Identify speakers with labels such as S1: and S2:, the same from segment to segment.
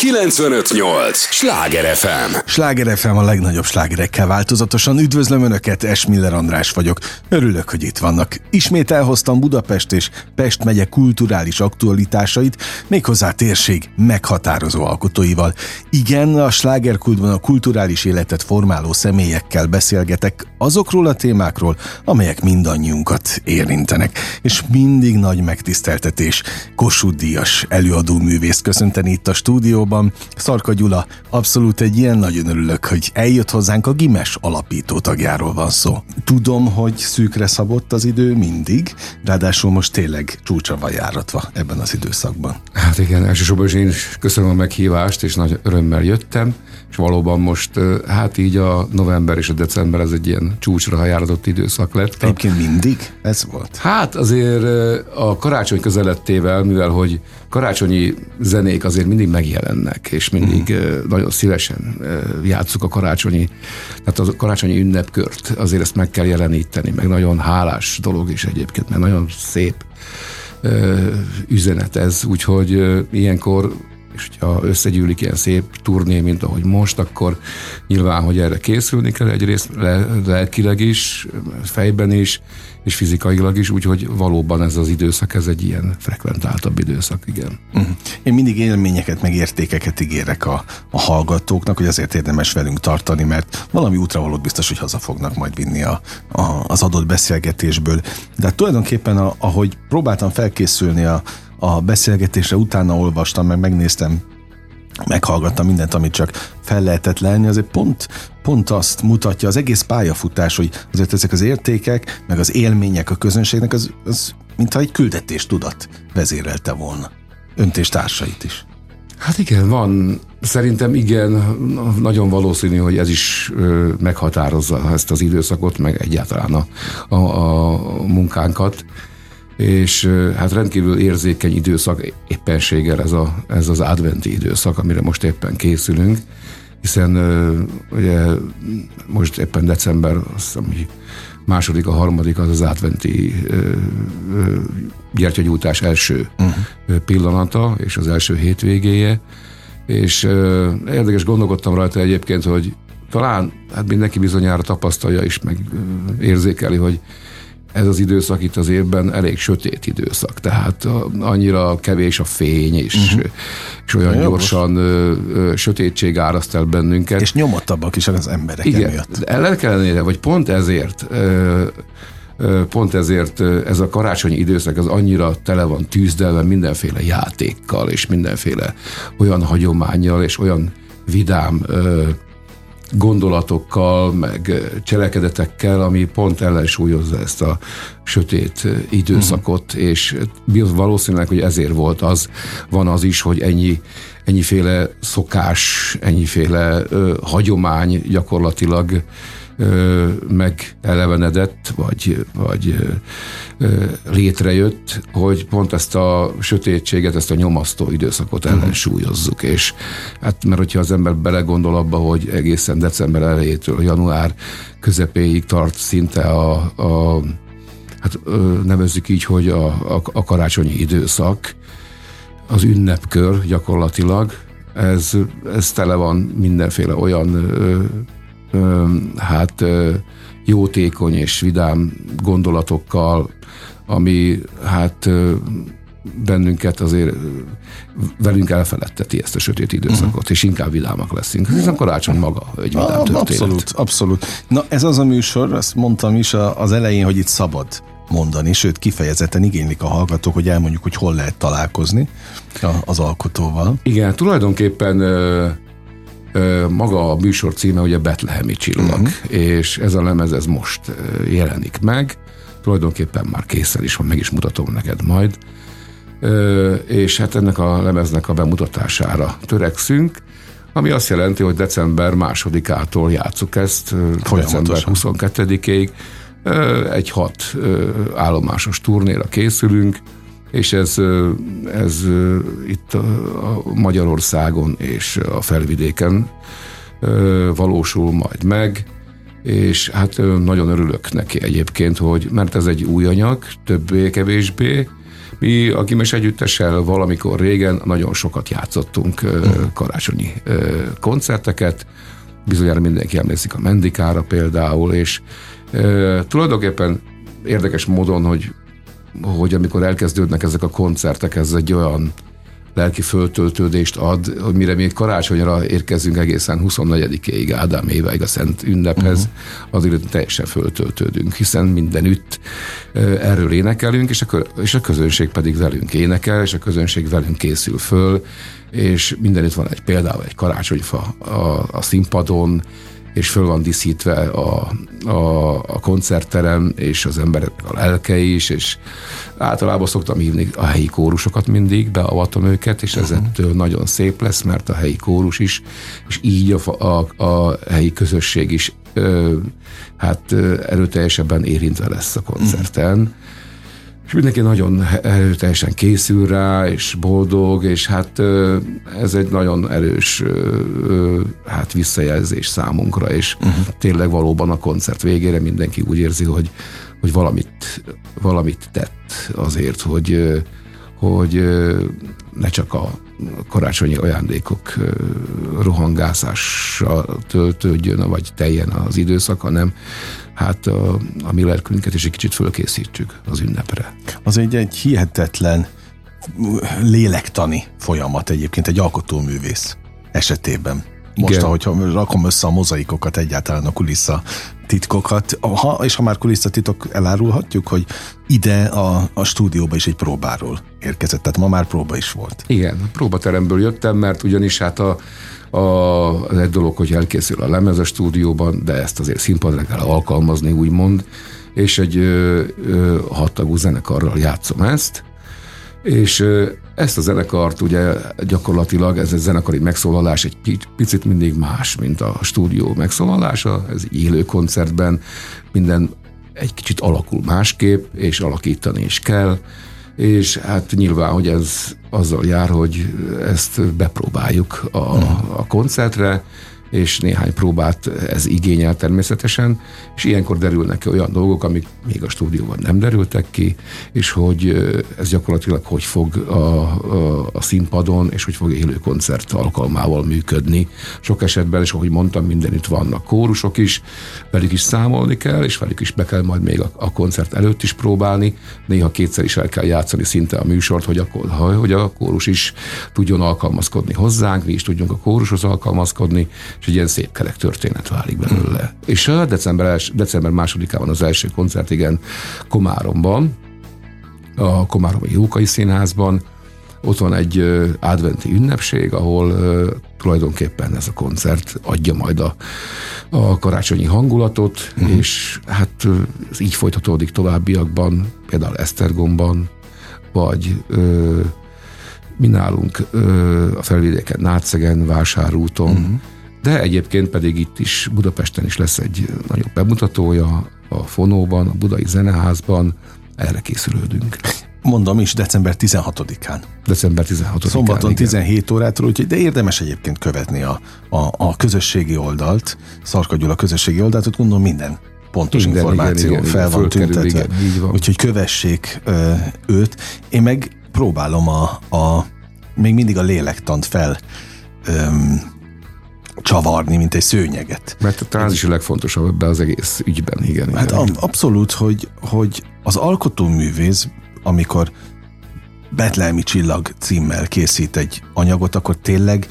S1: 95.8 Sláger FM.
S2: Sláger FM a legnagyobb slágerekkel változatosan. Üdvözlöm Önöket, Esmiller András vagyok. Örülök, hogy itt vannak. Ismét elhoztam Budapest és Pest megye kulturális aktualitásait, méghozzá a térség meghatározó alkotóival. Igen, a slágerkultban a kulturális életet formáló személyekkel beszélgetek azokról a témákról, amelyek mindannyiunkat érintenek. És mindig nagy megtiszteltetés Kossuth-díjas előadóművészt köszönteni itt a stúdióban. Szarka Gyula, abszolút egy ilyen, nagyon örülök, hogy eljött hozzánk, a Gimes alapító tagjáról van szó. Tudom, hogy szűkre szabott az idő mindig, ráadásul most tényleg csúcsra van járatva ebben az időszakban.
S3: Hát igen, elsősorban is én köszönöm a meghívást, és nagy örömmel jöttem, és valóban most hát így a november és a december ez egy ilyen csúcsra járatott időszak lett.
S2: Egyébként mindig ez volt?
S3: Hát azért a karácsony közelettével, mivel hogy karácsonyi zenék azért mindig megjelennek, és mindig nagyon szívesen játsszuk a karácsonyi ünnepkört, azért ezt meg kell jeleníteni, meg nagyon hálás dolog is egyébként, mert nagyon szép üzenet ez, úgyhogy ilyenkor, és hogyha összegyűlik ilyen szép turné, mint ahogy most, akkor nyilván, hogy erre készülni kell egyrészt lelkileg is, fejben is, és fizikailag is, úgyhogy valóban ez az időszak, ez egy ilyen frekventáltabb időszak, igen.
S2: Én mindig élményeket, meg értékeket ígérek a hallgatóknak, hogy azért érdemes velünk tartani, mert valami útravalót biztos, hogy haza fognak majd vinni az adott beszélgetésből. De hát tulajdonképpen, ahogy próbáltam felkészülni a beszélgetésre, utána olvastam, meg megnéztem, meghallgattam mindent, amit csak fel lehetett lelni, azért pont azt mutatja az egész pályafutás, hogy azért ezek az értékek, meg az élmények a közönségnek, az mintha egy küldetéstudat vezérelte volna. Önt és társait is.
S3: Hát igen, van. Szerintem igen, nagyon valószínű, hogy ez is meghatározza ezt az időszakot, meg egyáltalán a munkánkat. És hát rendkívül érzékeny időszak éppenséggel ez az adventi időszak, amire most éppen készülünk, hiszen ugye most éppen december, azt hiszem, második, a harmadik az adventi gyertyagyújtás első pillanata, és az első hétvégéje, és érdekes, gondolkodtam rajta egyébként, hogy talán hát mindenki bizonyára tapasztalja is, meg érzékeli, hogy ez az időszak itt az évben elég sötét időszak, tehát annyira kevés a fény, és olyan gyorsan sötétség áraszt el bennünket.
S2: És nyomottabbak is az emberek emiatt.
S3: Igen, ennek ellenére, vagy pont ezért ez a karácsonyi időszak az annyira tele van tűzdelve mindenféle játékkal, és mindenféle olyan hagyománnyal, és olyan vidám gondolatokkal, meg cselekedetekkel, ami pont ellensúlyozza ezt a sötét időszakot, és valószínűleg, hogy ezért van az is, hogy ennyiféle szokás, ennyiféle hagyomány gyakorlatilag megelevenedett, vagy létrejött, hogy pont ezt a sötétséget, ezt a nyomasztó időszakot ellensúlyozzuk, és hát mert hogyha az ember belegondol abba, hogy egészen december elejétől január közepéig tart szinte hát nevezzük így, hogy a karácsonyi időszak, az ünnepkör gyakorlatilag, ez tele van mindenféle olyan jótékony és vidám gondolatokkal, ami hát bennünket azért velünk elfeledteti ezt a sötét időszakot, és inkább vidámak leszünk. Hiszen karácsony maga egy vidám történet.
S2: Abszolút. Na ez az a műsor, azt mondtam is az elején, hogy itt szabad mondani, sőt kifejezetten igénylik a hallgatók, hogy elmondjuk, hogy hol lehet találkozni az alkotóval.
S3: Igen, tulajdonképpen maga a műsor címe ugye Betlehemi Csillag, és ez a lemez ez most jelenik meg, tulajdonképpen már készen is van, meg is mutatom neked majd, és hát ennek a lemeznek a bemutatásására törekszünk, ami azt jelenti, hogy december 2-ától játsszuk ezt, december 22-ig, egy 6 állomásos turnéra készülünk, és ez itt a Magyarországon és a felvidéken valósul majd meg, és hát nagyon örülök neki egyébként, mert ez egy új anyag, többé-kevésbé, Mi a Gimes Együttessel valamikor régen nagyon sokat játszottunk karácsonyi koncerteket, bizonyára mindenki emlékszik a Mendikára például, és tulajdonképpen érdekes módon, hogy amikor elkezdődnek ezek a koncertek, ez egy olyan lelki föltöltődést ad, hogy mire mi karácsonyra érkezünk egészen 24-ig, Ádám éveig a Szent ünnephez, azért teljesen föltöltődünk, hiszen mindenütt erről énekelünk, és a közönség pedig velünk énekel, és a közönség velünk készül föl, és mindenütt van például egy karácsonyfa a színpadon, és föl van díszítve a koncertterem, és az emberek a lelke is, és általában szoktam hívni a helyi kórusokat mindig, beavatom őket, és ez ettől nagyon szép lesz, mert a helyi kórus is, és így a helyi közösség is erőteljesebben érintve lesz a koncerten. És mindenki nagyon erőteljesen készül rá, és boldog, és ez egy nagyon erős visszajelzés számunkra, és tényleg valóban a koncert végére mindenki úgy érzi, hogy valamit tett azért, hogy ne csak a karácsonyi ajándékok rohangászással töltődjön, vagy teljen az időszak, hanem a mi lelkünket is egy kicsit fölkészítsük az ünnepre.
S2: Az egy hihetetlen lélektani folyamat egyébként egy alkotóművész esetében. Most, ahogyha rakom össze a mozaikokat, egyáltalán a kulissza titkokat, és ha már kulisszatitok, elárulhatjuk, hogy ide a stúdióba is egy próbáról érkezett, tehát ma már próba is volt.
S3: Igen, a próbateremből jöttem, mert ugyanis az egy dolog, hogy elkészül a lemez a stúdióban, de ezt azért színpadra kell alkalmazni, úgymond, és egy 6 tagú zenekarral játszom ezt, és ezt a zenekart ugye gyakorlatilag ez a zenekari megszólalás egy picit mindig más, mint a stúdió megszólalása, ez élő koncertben minden egy kicsit alakul másképp, és alakítani is kell, és nyilván, hogy ez azzal jár, hogy ezt bepróbáljuk a koncertre, és néhány próbát ez igényel természetesen, és ilyenkor derülnek ki olyan dolgok, amik még a stúdióban nem derültek ki, és hogy ez gyakorlatilag hogy fog a színpadon, és hogy fog élő koncert alkalmával működni. Sok esetben, és ahogy mondtam, mindenütt vannak kórusok is, velük is számolni kell, és velük is be kell majd még a koncert előtt is próbálni, néha kétszer is el kell játszani szinte a műsort, hogy a kórus is tudjon alkalmazkodni hozzánk, mi is tudjunk a kórushoz alkalmazkodni, és egy ilyen szép kerek történet válik belőle. És december 2-án van az első koncert, igen, Komáromban, a Komáromi Jókai Színházban. Ott van egy adventi ünnepség, ahol tulajdonképpen ez a koncert adja majd a karácsonyi hangulatot, és ez így folytatódik továbbiakban, például Esztergomban, vagy mi nálunk a Felvidéken, Nátszegen, Vásárúton, de egyébként pedig itt is Budapesten is lesz egy nagyobb bemutatója, a Fonóban, a Budai Zeneházban, erre készülődünk.
S2: Mondom is, december 16-án.
S3: December 16-án.
S2: Szombaton
S3: igen.
S2: 17 órától, úgyhogy de érdemes egyébként követni a közösségi oldalt, Szarka Gyula közösségi oldalt, ott gondolom minden pontos információ fel van tüntetve. Úgyhogy kövessék őt. Én meg próbálom még mindig a lélektant fel csavarni, mint egy szőnyeget.
S3: Mert a is a legfontosabb ebben az egész ügyben, igen.
S2: Abszolút, hogy az alkotóművész, amikor Betlehemi Csillag címmel készít egy anyagot, akkor tényleg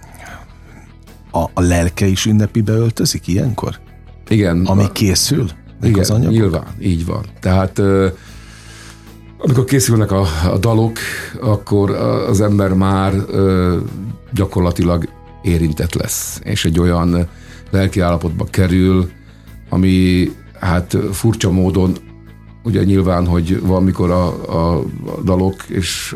S2: a lelke is ünnepibe öltözik ilyenkor?
S3: Igen.
S2: Ami készül?
S3: Igen, az anyagok? Nyilván, így van. Tehát amikor készülnek a dalok, akkor az ember már gyakorlatilag érintett lesz, és egy olyan lelki állapotba kerül, ami furcsa módon, ugye nyilván, hogy valamikor a dalok és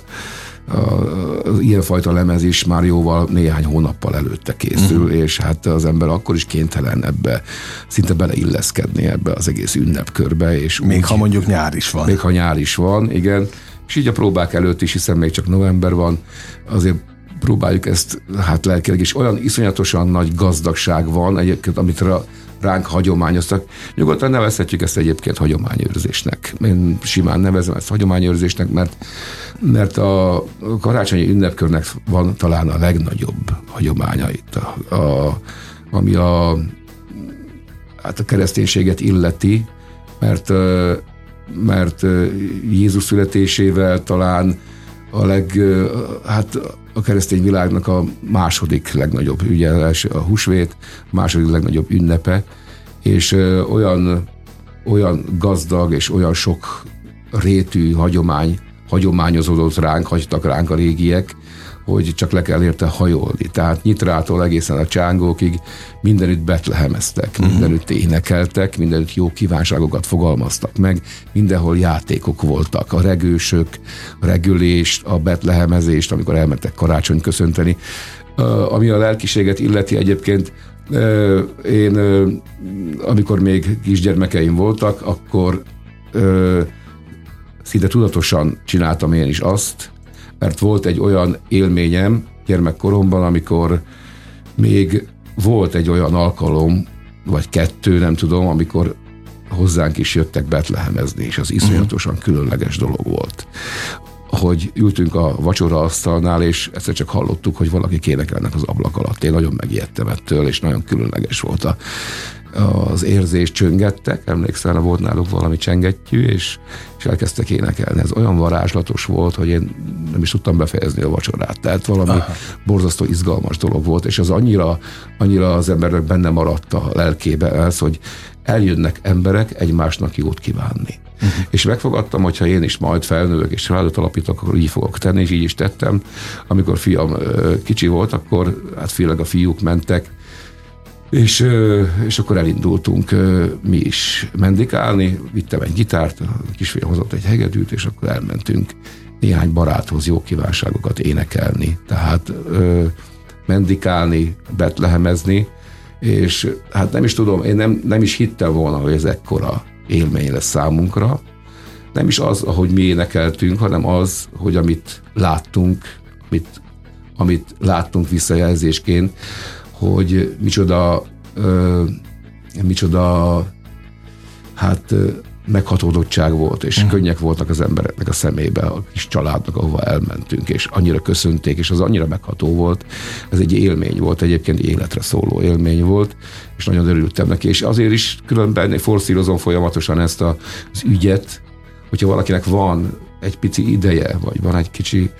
S3: az ilyenfajta lemez is már jóval néhány hónappal előtte készül, és az ember akkor is kénytelen ebbe szinte beleilleszkedni ebbe az egész ünnepkörbe. És
S2: még ha mondjuk nyár is van.
S3: Még ha nyár is van, igen. És így a próbák előtt is, hiszen még csak november van, azért próbáljuk ezt lelkileg is. Olyan iszonyatosan nagy gazdagság van egyébként, ránk hagyományoztak. Nyugodtan nevezhetjük ezt egyébként hagyományőrzésnek. Én simán nevezem ezt hagyományőrzésnek, mert a karácsonyi ünnepkörnek van talán a legnagyobb hagyománya itt, ami a kereszténységet illeti, mert Jézus születésével talán a keresztény világnak a második legnagyobb, ugye a húsvét, második legnagyobb ünnepe, és olyan gazdag és olyan sok rétű hagyományozódott ránk, hagytak ránk a régiek, hogy csak le kell érte hajolni. Tehát Nyitrától egészen a Csángókig mindenütt betlehemeztek, mindenütt énekeltek, mindenütt jó kívánságokat fogalmaztak meg, mindenhol játékok voltak, a regősök, a regülést, a betlehemezést, amikor elmentek karácsonyt köszönteni. Ami a lelkiséget illeti egyébként, én amikor még kisgyermekeim voltak, akkor szinte tudatosan csináltam én is azt, mert volt egy olyan élményem gyermekkoromban, amikor még volt egy olyan alkalom, vagy kettő, nem tudom, amikor hozzánk is jöttek betlehemezni, és az iszonyatosan különleges dolog volt. Hogy ültünk a vacsoraasztalnál, és egyszer csak hallottuk, hogy valaki énekelnek az ablak alatt. Én nagyon megijedtem ettől, és nagyon különleges volt az érzés, csöngettek, emlékszel, volt náluk valami csengettyű, és elkezdtek énekelni. Ez olyan varázslatos volt, hogy én nem is tudtam befejezni a vacsorát. Tehát valami borzasztó izgalmas dolog volt, és az annyira az embernek benne maradt a lelkébe ez, hogy eljönnek emberek egymásnak jót kívánni. És megfogadtam, hogyha én is majd felnőök és családot alapítok, akkor így fogok tenni, és így is tettem. Amikor fiam kicsi volt, akkor hát főleg a fiúk mentek, és akkor elindultunk mi is mendikálni, vittem egy gitárt, a kisfiam hozott egy hegedűt, és akkor elmentünk néhány baráthoz jó kívánságokat énekelni, tehát mendikálni, betlehemezni, és hát nem is tudom, én nem is hittem volna, hogy ez ekkora élmény lesz számunkra. Nem is az, ahogy mi énekeltünk, hanem az, hogy amit láttunk visszajelzésként, hogy micsoda meghatódottság volt, és könnyek voltak az embereknek a szemébe, a kis családnak, ahova elmentünk, és annyira köszönték, és az annyira megható volt. Ez egy élmény volt, egyébként életre szóló élmény volt, és nagyon örültem neki, és azért is különben forszírozom folyamatosan ezt az ügyet, hogyha valakinek van egy pici ideje, vagy van egy kicsi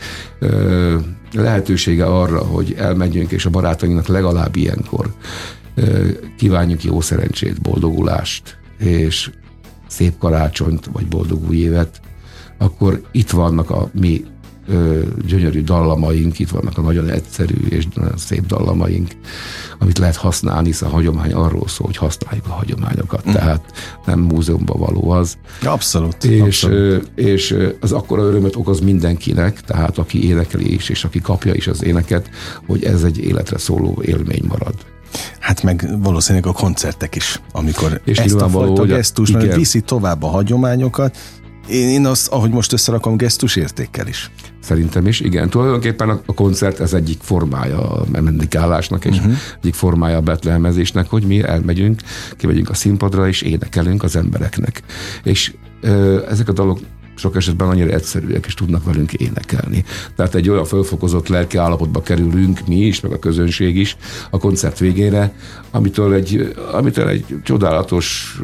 S3: lehetősége arra, hogy elmenjünk, és a barátainknak legalább ilyenkor kívánjuk jó szerencsét, boldogulást, és szép karácsonyt, vagy boldog új évet, akkor itt vannak a mi gyönyörű dallamaink, itt vannak a nagyon egyszerű és nagyon szép dallamaink, amit lehet használni, hiszen a hagyomány arról szól, hogy használjuk a hagyományokat, tehát nem múzeumban való az.
S2: Abszolút.
S3: És az akkora örömet okoz mindenkinek, tehát aki énekeli is, és aki kapja is az éneket, hogy ez egy életre szóló élmény marad.
S2: Hát meg valószínűleg a koncertek is, amikor
S3: és
S2: ezt a fajta gesztus, mert viszi tovább a hagyományokat. Én azt, ahogy most összerakom, gesztus értékkel is.
S3: Szerintem is, igen. Tulajdonképpen a koncert ez egyik formája a mendikálásnak, és egyik formája a betlehemezésnek, hogy mi elmegyünk, kimegyünk a színpadra, és énekelünk az embereknek. És ezek a dalok sok esetben annyira egyszerűek, és tudnak velünk énekelni. Tehát egy olyan fölfokozott lelki állapotba kerülünk mi is, meg a közönség is a koncert végére, amitől egy csodálatos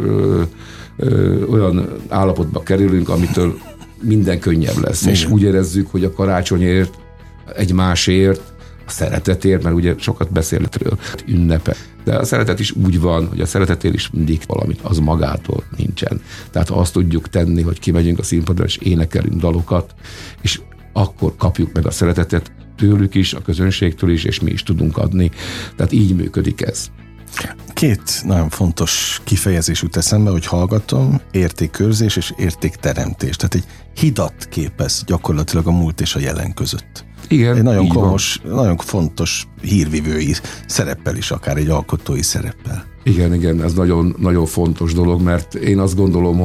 S3: olyan állapotba kerülünk, amitől minden könnyebb lesz. Igen. És úgy érezzük, hogy a karácsonyért, egymásért, a szeretetért, mert ugye sokat beszélhetről, ünnepe. De a szeretet is úgy van, hogy a szeretetért is mindig valamit, az magától nincsen. Tehát ha azt tudjuk tenni, hogy kimegyünk a színpadra, és énekelünk dalokat, és akkor kapjuk meg a szeretetet tőlük is, a közönségtől is, és mi is tudunk adni. Tehát így működik ez.
S2: Két nagyon fontos kifejezés jut eszembe, hogy hallgatom, értékkörzés és értékteremtés. Tehát egy hidat képez gyakorlatilag a múlt és a jelen között.
S3: Igen,
S2: egy nagyon fontos hírvivői szereppel is, akár egy alkotói szereppel.
S3: Igen, ez nagyon, nagyon fontos dolog, mert én azt gondolom,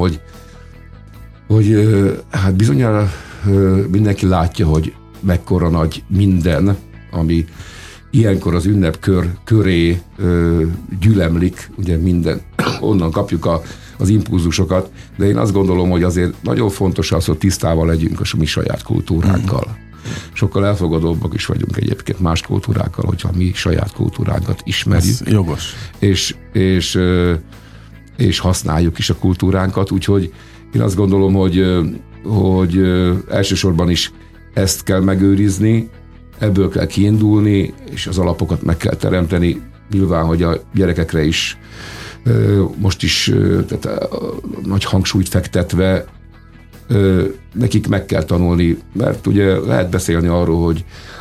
S3: hogy hát bizonyára mindenki látja, hogy mekkora nagy minden, ami ilyenkor az ünnepkör köré gyülemlik, ugye minden, onnan kapjuk az impulzusokat, de én azt gondolom, hogy azért nagyon fontos az, hogy tisztában legyünk a mi saját kultúránkkal. Sokkal elfogadóbbak is vagyunk egyébként más kultúrákkal, hogyha mi saját kultúránkat ismerjük.
S2: Ez jogos.
S3: És használjuk is a kultúránkat, úgyhogy én azt gondolom, hogy elsősorban is ezt kell megőrizni, ebből kell kiindulni, és az alapokat meg kell teremteni. Nyilván, hogy a gyerekekre is most is tehát nagy hangsúlyt fektetve nekik meg kell tanulni, mert ugye lehet beszélni arról,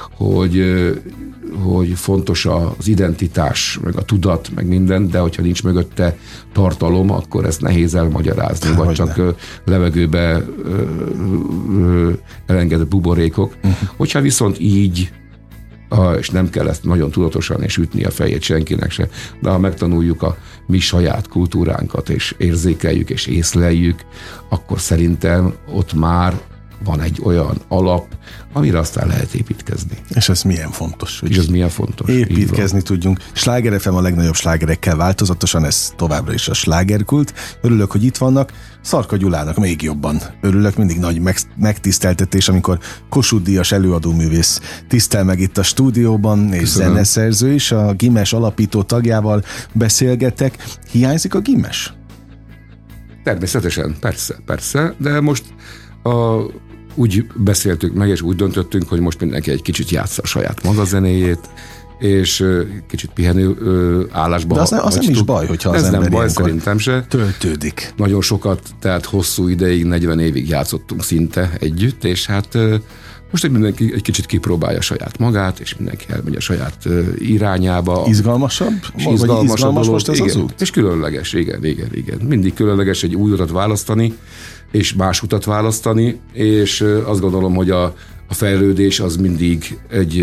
S3: hogy fontos az identitás, meg a tudat, meg minden, de hogyha nincs mögötte tartalom, akkor ezt nehéz elmagyarázni, vagy csak levegőbe elengedett buborékok. Hogyha viszont így, és nem kell ezt nagyon tudatosan és ütni a fejét senkinek se, de ha megtanuljuk a mi saját kultúránkat, és érzékeljük és észleljük, akkor szerintem ott már van egy olyan alap, amire aztán lehet építkezni.
S2: És ez milyen fontos.
S3: És ez milyen fontos.
S2: Építkezni tudjunk. Sláger FM a legnagyobb slágerekkel változatosan, ez továbbra is a slágerkult. Örülök, hogy itt vannak. Szarka Gyulának még jobban örülök, mindig nagy megtiszteltetés, amikor Kossuth Díjas előadóművész tisztel meg itt a stúdióban, és zeneszerző is, a Gimes alapító tagjával beszélgetek. Hiányzik a Gimes?
S3: Természetesen, persze, de most úgy beszéltük meg, és úgy döntöttünk, hogy most mindenki egy kicsit játsza a saját maga zenéjét, és kicsit pihenő állásba.
S2: De az nem is baj, hogyha az ember
S3: nem baj, szerintem se.
S2: Töltődik.
S3: Nagyon sokat, tehát hosszú ideig, 40 évig játszottunk szinte együtt, és hát most mindenki egy kicsit kipróbálja saját magát, és mindenki elmegy a saját irányába.
S2: Izgalmasabb?
S3: Izgalmas
S2: most ez
S3: igen.
S2: az út?
S3: És különleges, igen. Mindig különleges egy új utat választani, és más utat választani, és azt gondolom, hogy a fejlődés az mindig egy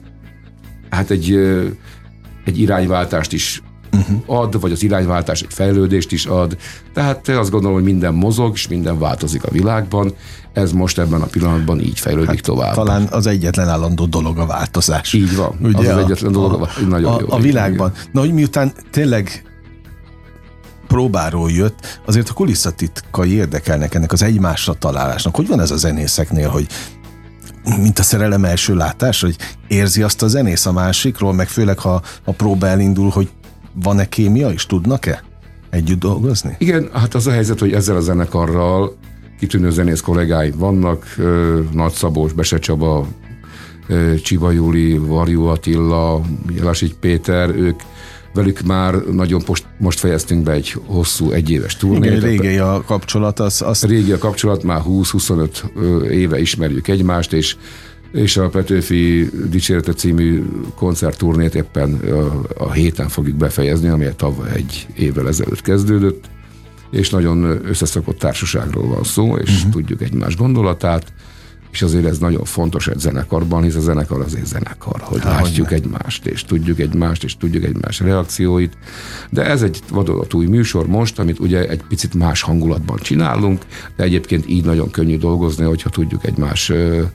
S3: irányváltást is ad, vagy az irányváltás egy fejlődést is ad. Tehát azt gondolom, hogy minden mozog, és minden változik a világban. Ez most ebben a pillanatban így fejlődik tovább.
S2: Talán az egyetlen állandó dolog a változás.
S3: Így van.
S2: Ugye
S3: az egyetlen dolog nagyon jó.
S2: A világban. Na, hogy miután tényleg próbáról jött, azért a kulisszatitkai érdekelnek ennek az egymásra találásnak. Hogy van ez a zenészeknél, hogy mint a szerelem első látás, hogy érzi azt a zenész a másikról, meg főleg, ha a próba elindul, hogy van-e kémia, és tudnak-e együtt dolgozni? Igen, hát az a helyzet, hogy ezzel a zenekarral kitűnő zenész kollégáim vannak, Nagy Szabós, Bese Csaba, Csiva Júli, Varjú Attila, Jelásik Péter, velük már nagyon most fejeztünk be egy hosszú egyéves turnét. Igen, régi a kapcsolat. Régi a kapcsolat, már 20-25 éve ismerjük egymást, és a Petőfi Dicsérete című koncertturnét éppen a héten fogjuk befejezni, amelyet tavaly egy évvel ezelőtt kezdődött, és nagyon összeszokott társaságról van szó, és tudjuk egymás gondolatát, és azért ez nagyon fontos egy zenekarban, hisz a zenekar azért zenekar, hogy látjuk egymást, és tudjuk egymás reakcióit. De ez egy vadonatúj műsor most, amit ugye egy picit más hangulatban csinálunk, de egyébként így nagyon könnyű dolgozni, hogyha tudjuk egymás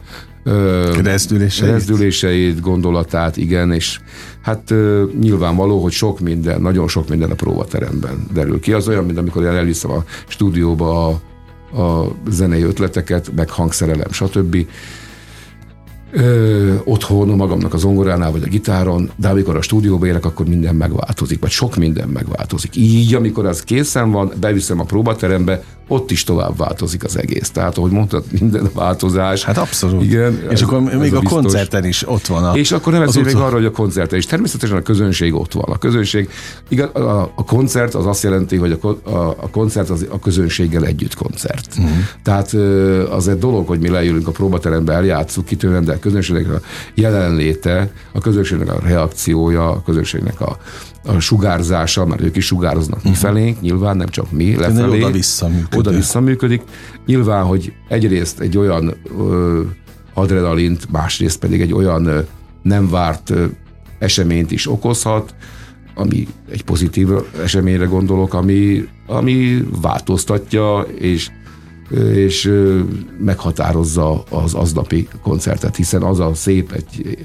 S2: rezdüléseit, gondolatát, igen, és hát nyilvánvaló, hogy nagyon sok minden a próbateremben derül ki. Az olyan, mint amikor elviszem a stúdióba a zenei ötleteket, meg hangszerelem, stb. Otthon magamnak a zongoránál, vagy a gitáron, de amikor a stúdióba érek, akkor minden megváltozik, vagy sok minden megváltozik. Így, amikor az készen van, beviszem a próbaterembe, ott is tovább változik az egész. Tehát, ahogy mondtad, minden változás. Hát abszolút. Igen, és akkor még a koncerten is ott van. És akkor nem beszélünk arra, hogy a koncerten is. Természetesen a közönség ott van. A közönség, igaz, a koncert az azt jelenti, hogy a koncert az a közönséggel együtt koncert. Tehát az egy dolog, hogy mi leülünk a próbaterembe, eljátszunk kitűnően, de a közönségnek a jelenléte, a közönségnek a reakciója, a közönségnek a sugárzása, mert ők is sugároznak mi felénk, nyilván nem csak mi lefelé. Oda-vissza működik. Nyilván, hogy egyrészt egy olyan adrenalint, másrészt pedig egy olyan nem várt eseményt is okozhat, ami egy pozitív eseményre gondolok, ami változtatja, és meghatározza az aznapi koncertet, hiszen az a szép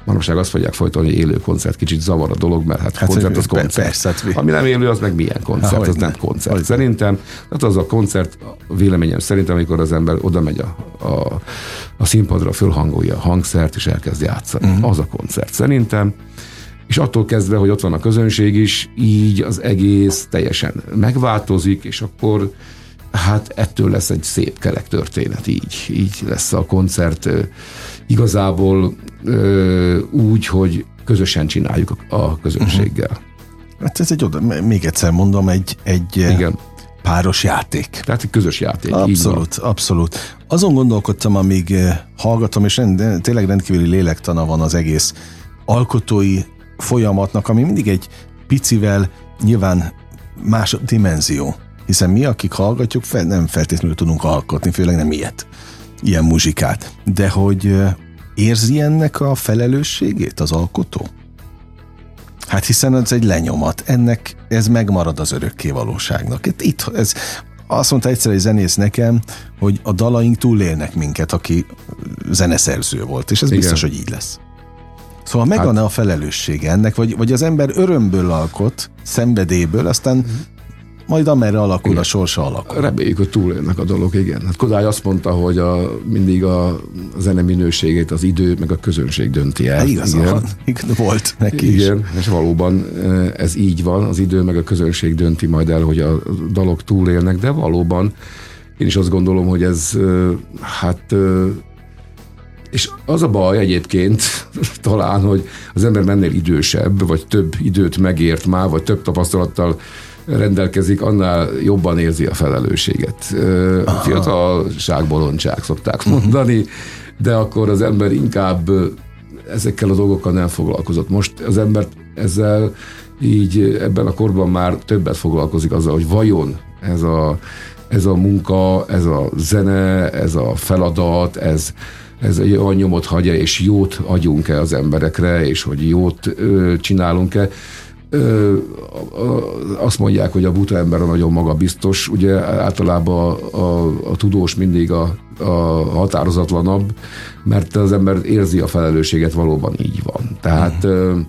S3: Manapság azt fogják folytani, hogy élő koncert, kicsit zavar a dolog, mert hát koncert az koncert.
S2: Persze,
S3: ami nem élő, az meg milyen koncert, az nem koncert. Szerintem, hát az a koncert, véleményem szerintem, amikor az ember oda megy a színpadra, fölhangolja a hangszert, és elkezd játszani. Az a koncert szerintem. És attól kezdve, hogy ott van a közönség is, így az egész teljesen megváltozik, és akkor hát ettől lesz egy szép kerek történet, így lesz a koncert igazából úgy, hogy közösen csináljuk a közönséggel.
S2: Hát ez még egyszer mondom, egy
S3: igen.
S2: Páros játék.
S3: Tehát egy közös játék.
S2: Abszolút. Azon gondolkodtam, amíg hallgatom, és tényleg rendkívüli lélektana van az egész alkotói folyamatnak, ami mindig egy picivel nyilván más dimenzió. Hiszen mi, akik hallgatjuk, nem feltétlenül tudunk alkotni, főleg nem ilyen muzsikát. De hogy érzi ennek a felelősségét az alkotó? Hát hiszen ez egy lenyomat. Ez megmarad az örökké valóságnak. Azt mondta egyszer egy zenész nekem, hogy a dalaink túlélnek minket, aki zeneszerző volt, és ez igen. Biztos, hogy így lesz. Szóval megvan-e a felelőssége ennek, vagy az ember örömből alkot, szenvedélyből, aztán majd amerre alakul, igen. A sorsa alakul.
S3: Reméljük, hogy túlélnek a dolog, igen. Hát Kodály azt mondta, hogy mindig a zene minőségét az idő meg a közönség dönti el.
S2: Igazán, volt neki is.
S3: Igen, és valóban ez így van, az idő meg a közönség dönti majd el, hogy a dalok túlélnek, de valóban én is azt gondolom, hogy ez és az a baj egyébként talán, hogy az ember mennél idősebb, vagy több időt megért már, vagy több tapasztalattal rendelkezik, annál jobban érzi a felelősséget. Fiatalság, bolondság szokták mondani, de akkor az ember inkább ezekkel a dolgokkal nem foglalkozott. Most az ember ezzel így ebben a korban már többet foglalkozik azzal, hogy vajon ez a munka, ez a zene, ez a feladat, ez olyan nyomot hagyja, és jót adjunk-e az emberekre, és hogy jót csinálunk-e. Azt mondják, hogy a buta ember a nagyon magabiztos, ugye általában a tudós mindig a határozatlanabb, mert az ember érzi a felelősséget, valóban így van. Tehát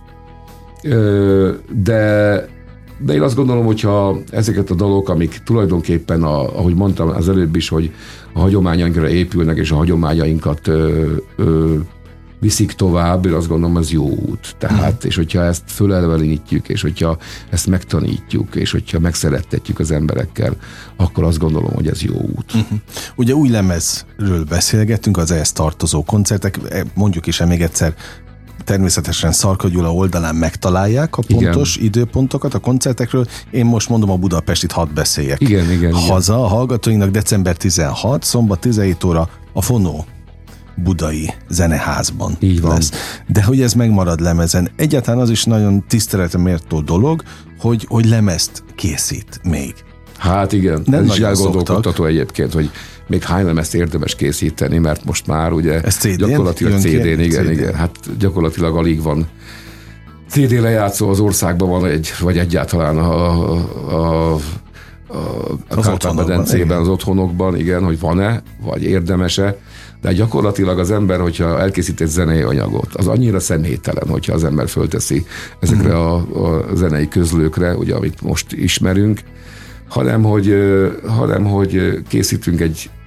S3: de én azt gondolom, hogyha ezeket a dalok, amik tulajdonképpen, ahogy mondtam az előbb is, hogy a hagyományainkra épülnek, és a hagyományainkat viszik tovább, én azt gondolom, ez jó út. Tehát, és hogyha ezt fölelvelenítjük, és hogyha ezt megtanítjuk, és hogyha megszerettetjük az emberekkel, akkor azt gondolom, hogy ez jó út.
S2: Ugye új lemezről beszélgettünk, az ehhez tartozó koncertek, mondjuk is még egyszer, természetesen Szarka Gyula oldalán megtalálják a pontos időpontokat a koncertekről. Én most mondom a Budapestit, hadd beszéljek.
S3: Igen.
S2: Haza a hallgatóinknak december 16, szombat 17 óra a Fonó budai zeneházban
S3: így van.
S2: Lesz. De hogy ez megmarad lemezen. Egyáltalán az is nagyon tiszteletre méltó dolog, hogy lemezt készít még.
S3: Hát igen, nem ez is elgondolkodtató egyébként, hogy még hány lemezt érdemes készíteni, mert most már ugye gyakorlatilag CD-n, igen. Hát gyakorlatilag alig van CD lejátszó az országban, van vagy egyáltalán a Kárpát-medencében, az otthonokban, igen, hogy van-e, vagy érdemese, de gyakorlatilag az ember, hogyha elkészít egy zenei anyagot, az annyira személytelen, hogyha az ember fölteszi ezekre a zenei közlőkre, ugye, amit most ismerünk, hanem hogy készítünk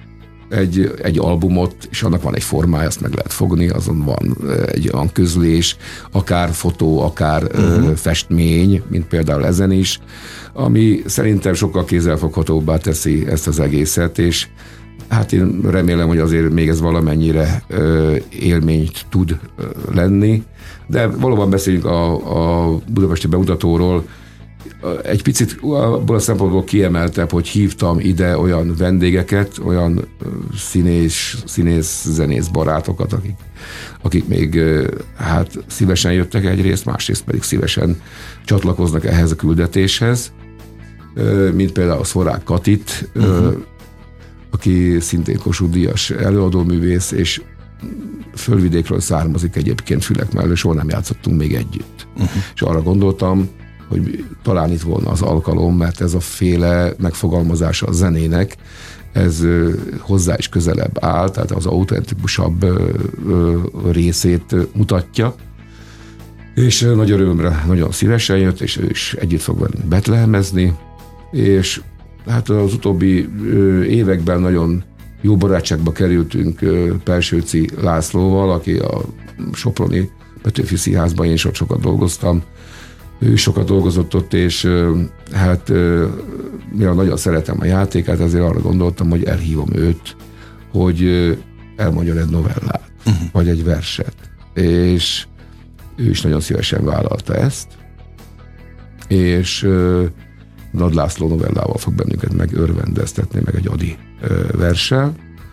S3: egy albumot, és annak van egy formája, azt meg lehet fogni, azon van egy olyan közlés, akár fotó, akár festmény, mint például ezen is, ami szerintem sokkal kézzelfoghatóbbá teszi ezt az egészet, és hát én remélem, hogy azért még ez valamennyire élményt tud lenni, de valóban beszéljünk a budapesti bemutatóról. Egy picit abból a szempontból kiemeltebb, hogy hívtam ide olyan vendégeket, olyan színész-zenész barátokat, akik még hát szívesen jöttek egyrészt, másrészt pedig szívesen csatlakoznak ehhez a küldetéshez, mint például Szvorák Katit, aki szintén Kossuth Díjas előadóművész, és Fölvidékről származik egyébként, Fülek mellől, soha nem játszottunk még együtt. És arra gondoltam, hogy talán itt volna az alkalom, mert ez a féle megfogalmazása a zenének, ez hozzá is közelebb áll, tehát az autentikusabb részét mutatja, És nagy örömre nagyon szívesen jött, és ő is együtt fog velünk betlehemezni, és hát az utóbbi években nagyon jó barátságba kerültünk Pelsőci Lászlóval, aki a soproni Petőfi Színházban, én is ott sokat dolgoztam. Ő sokat dolgozott ott, és hát mivel nagyon szeretem a játékát, ezért arra gondoltam, hogy elhívom őt, hogy elmondjon egy novellát, vagy egy verset. És ő is nagyon szívesen vállalta ezt, és Nagy László novellával fog bennünket megörvendeztetni, meg egy Adi verssel.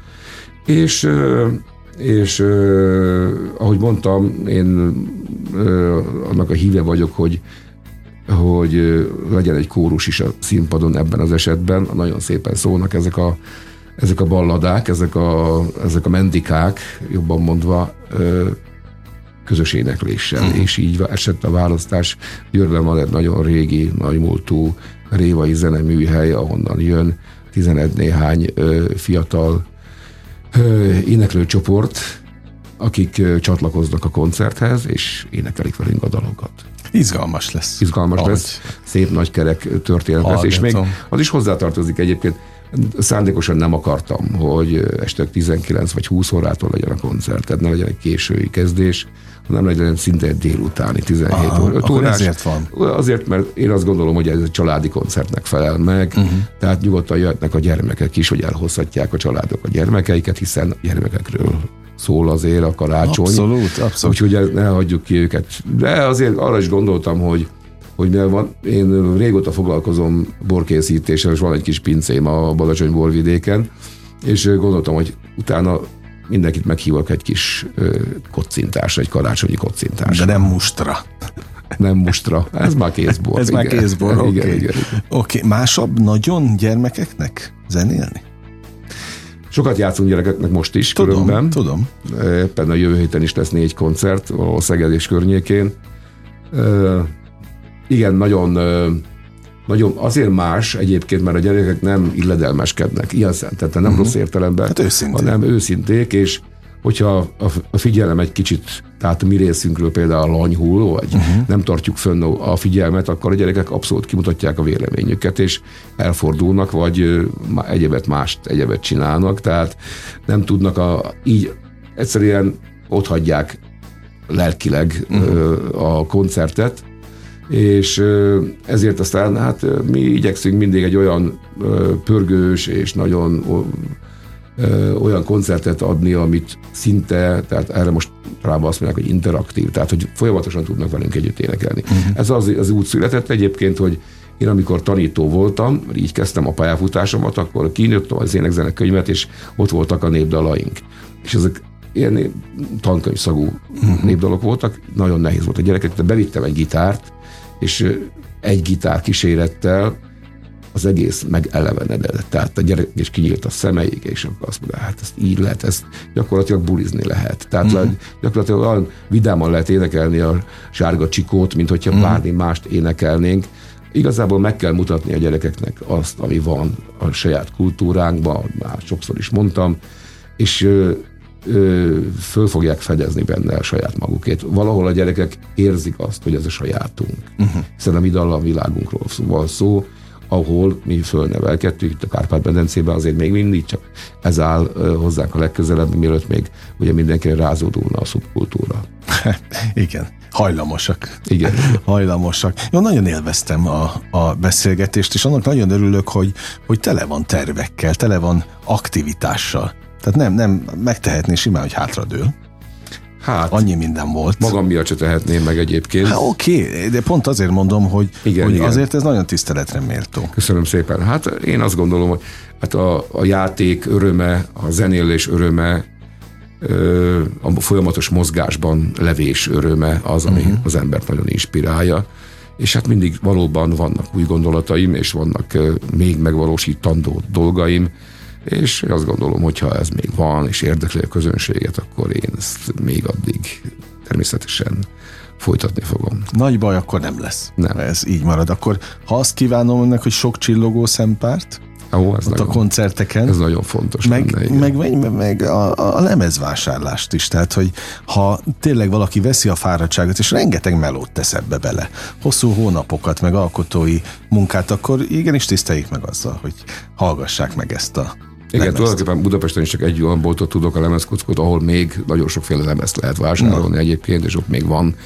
S3: És ahogy mondtam, én annak a híve vagyok, hogy legyen egy kórus is a színpadon ebben az esetben. Nagyon szépen szólnak ezek a balladák, ezek a mendikák, jobban mondva, közös énekléssel, és így esett a választás. Győrben van egy nagyon régi, nagymúltú révai zeneműhely, ahonnan jön 11 néhány fiatal éneklőcsoport, akik csatlakoznak a koncerthez, és énekelik velünk a dalokat.
S2: Izgalmas lesz.
S3: Lesz. Szép nagy kerek történet lesz, és még az is hozzátartozik egyébként. Szándékosan nem akartam, hogy este 19 vagy 20 órától legyen a koncert, tehát ne legyen egy késői kezdés, hanem legyen szinte egy délutáni 17 órás.
S2: Ezért van.
S3: Azért, mert én azt gondolom, hogy ez egy családi koncertnek felel meg, tehát nyugodtan jöhetnek a gyermekek is, hogy elhozhatják a családok a gyermekeiket, hiszen a gyermekekről szól azért a karácsony.
S2: Abszolút.
S3: Úgyhogy ne hagyjuk ki őket. De azért arra is gondoltam, hogy én régóta foglalkozom borkészítéssel, és van egy kis pincém a Badacsony borvidéken, és gondoltam, hogy utána mindenkit meghívok egy kis kocintásra, egy karácsonyi kocintásra.
S2: De nem mustra.
S3: Nem mustra. Ez már kézbor.
S2: Ez már kézbor, oké.
S3: Okay.
S2: Másabb nagyon gyermekeknek zenélni?
S3: Sokat játszunk gyerekeknek most is, különben.
S2: Tudom.
S3: Éppen a jövő héten is lesz 4 koncert a Szeged és környékén. Igen, nagyon azért más egyébként, mert a gyerekek nem illedelmeskednek, ilyen szempontból nem rossz értelemben, hanem őszinték, és hogyha a figyelem egy kicsit, tehát a mi részünkről például lanyhul, vagy nem tartjuk fönn a figyelmet, akkor a gyerekek abszolút kimutatják a véleményüket, és elfordulnak, vagy egyebet csinálnak, tehát nem tudnak így egyszerűen otthagyják lelkileg a koncertet, és ezért aztán hát mi igyekszünk mindig egy olyan pörgős és nagyon olyan koncertet adni, amit szinte, tehát erre most rá azt mondják, hogy interaktív, tehát hogy folyamatosan tudnak velünk együtt énekelni. Ez az úgy született egyébként, hogy én amikor tanító voltam, így kezdtem a pályafutásomat, akkor kinyitottam az énekzenekönyvet, és ott voltak a népdalaink. És ezek ilyen tankönyvszagú népdalok voltak, nagyon nehéz volt a gyerekek, de bevittem egy gitárt, és egy gitár kísérettel az egész megelevenedett. Tehát a gyerek is kinyílt a szemeik, és akkor azt mondja, hát ezt így lehet, ezt gyakorlatilag bulizni lehet. Tehát gyakorlatilag olyan vidáman lehet énekelni a Sárga Csikót, mint hogyha bármi mást énekelnénk. Igazából meg kell mutatni a gyerekeknek azt, ami van a saját kultúránkban, már sokszor is mondtam, és föl fogják fedezni benne a saját magukét. Valahol a gyerekek érzik azt, hogy ez a sajátunk. Hiszen a mi dallamvilágunkról van szó, ahol mi fölnevelkedtünk, itt a Kárpát-medencében azért még mindig csak ez áll hozzánk a legközelebb, mielőtt még ugye mindenkire rázódulna a szubkultúra.
S2: Igen. Hajlamosak.
S3: Igen.
S2: Hajlamosak. Jó, nagyon élveztem a beszélgetést, és annak nagyon örülök, hogy tele van tervekkel, tele van aktivitással. Tehát nem megtehetné simán, hogy hátradől.
S3: Hát,
S2: annyi minden volt.
S3: Magam miatt se tehetném meg egyébként.
S2: Hát oké, de pont azért mondom, hogy azért ez nagyon tiszteletre méltó.
S3: Köszönöm szépen. Hát én azt gondolom, hogy hát a játék öröme, a zenélés öröme, a folyamatos mozgásban levés öröme az, ami az embert nagyon inspirálja. És hát mindig valóban vannak új gondolataim, és vannak még megvalósítandó dolgaim, és azt gondolom, hogyha ez még van, és érdekli a közönséget, akkor én ezt még addig természetesen folytatni fogom.
S2: Nagy baj akkor nem lesz.
S3: Nem.
S2: Ez így marad. Akkor ha azt kívánom önnek, hogy sok csillogó szempárt, ott a koncerteken.
S3: Ez nagyon fontos.
S2: Meg a lemezvásárlást is. Tehát, hogy ha tényleg valaki veszi a fáradtságot, és rengeteg melót tesz ebbe bele, hosszú hónapokat, meg alkotói munkát, akkor igenis tiszteljék meg azzal, hogy hallgassák meg ezt a
S3: igen, tulajdonképpen Budapesten is csak egy olyan boltot tudok, a Lemezkuckót, ahol még nagyon sokféle lemezt lehet vásárolni egyébként, és ott még van,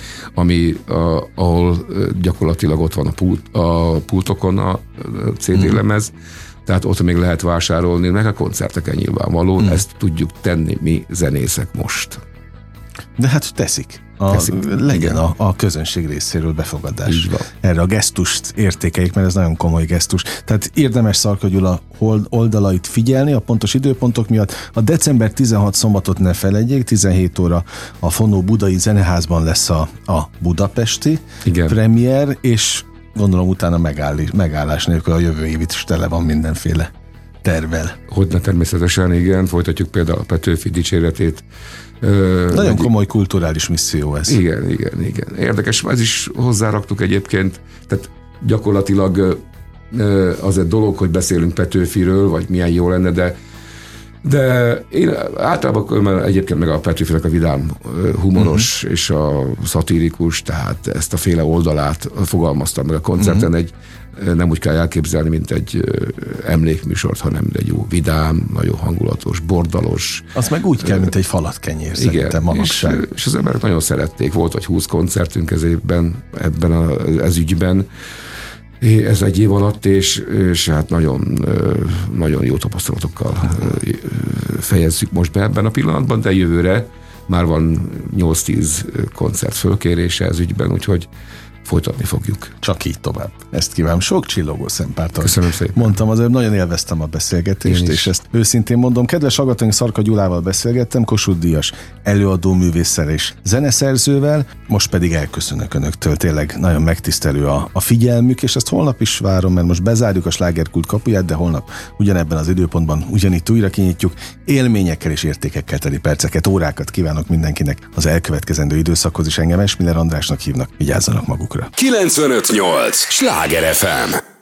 S3: ahol gyakorlatilag ott van a pultokon a CD lemez, tehát ott még lehet vásárolni, meg a koncerteken nyilvánvaló, ezt tudjuk tenni mi zenészek most.
S2: De hát teszik. Legyen a közönség részéről befogadás. Erre a gesztust értékeljük, mert ez nagyon komoly gesztus. Tehát érdemes Szarka Gyula oldalait figyelni a pontos időpontok miatt. A december 16 szombatot ne felejtjék, 17 óra a Fonó Budai Zeneházban lesz a budapesti premier, és gondolom utána megállás nélkül a jövő év is tele van mindenféle tervvel.
S3: Hogyne, természetesen, igen, folytatjuk például a Petőfi dicséretét.
S2: Nagyon komoly kulturális misszió ez.
S3: Igen. Érdekes, ez is hozzáraktuk egyébként, tehát gyakorlatilag az egy dolog, hogy beszélünk Petőfiről, vagy milyen jó lenne, de én általában egyébként meg a Petőfinek a vidám, humoros és a szatirikus, tehát ezt a féle oldalát fogalmaztam meg a koncerten, nem úgy kell elképzelni, mint egy emlékműsort, hanem egy jó vidám, nagyon hangulatos, bordalos.
S2: Az meg úgy kell, mint egy falatkenyér, szerintem manapság.
S3: És az emberek nagyon szerették, volt vagy 20 koncertünk ez évben, ez ügyben, ez egy év alatt, és hát nagyon, nagyon jó tapasztalatokkal fejezzük most be ebben a pillanatban, de jövőre már van 8-10 koncert fölkérése ez ügyben, úgyhogy folytatni fogjuk.
S2: Csak így tovább. Ezt kívánom. Sok csillogó szempártal.
S3: Köszönöm szépen.
S2: Mondtam, azért nagyon élveztem a beszélgetést, és ezt őszintén mondom. Kedves hallgatóink, Szarka Gyulával beszélgettem, Kossuth Díjas előadó művésszel és zeneszerzővel, most pedig elköszönök önöktől. Tényleg nagyon megtisztelő a figyelmük, és ezt holnap is várom, mert most bezárjuk a Slágerkult kapuját, de holnap ugyanebben az időpontban ugyanitt újra kinyitjuk. Élményekkel és értékekkel teli perceket, órákat kívánok mindenkinek az elkövetkezendő időszakhoz, is engem Esmiller Andrásnak hívnak. Vigyázzanak magukra.
S1: 95.8 Sláger FM.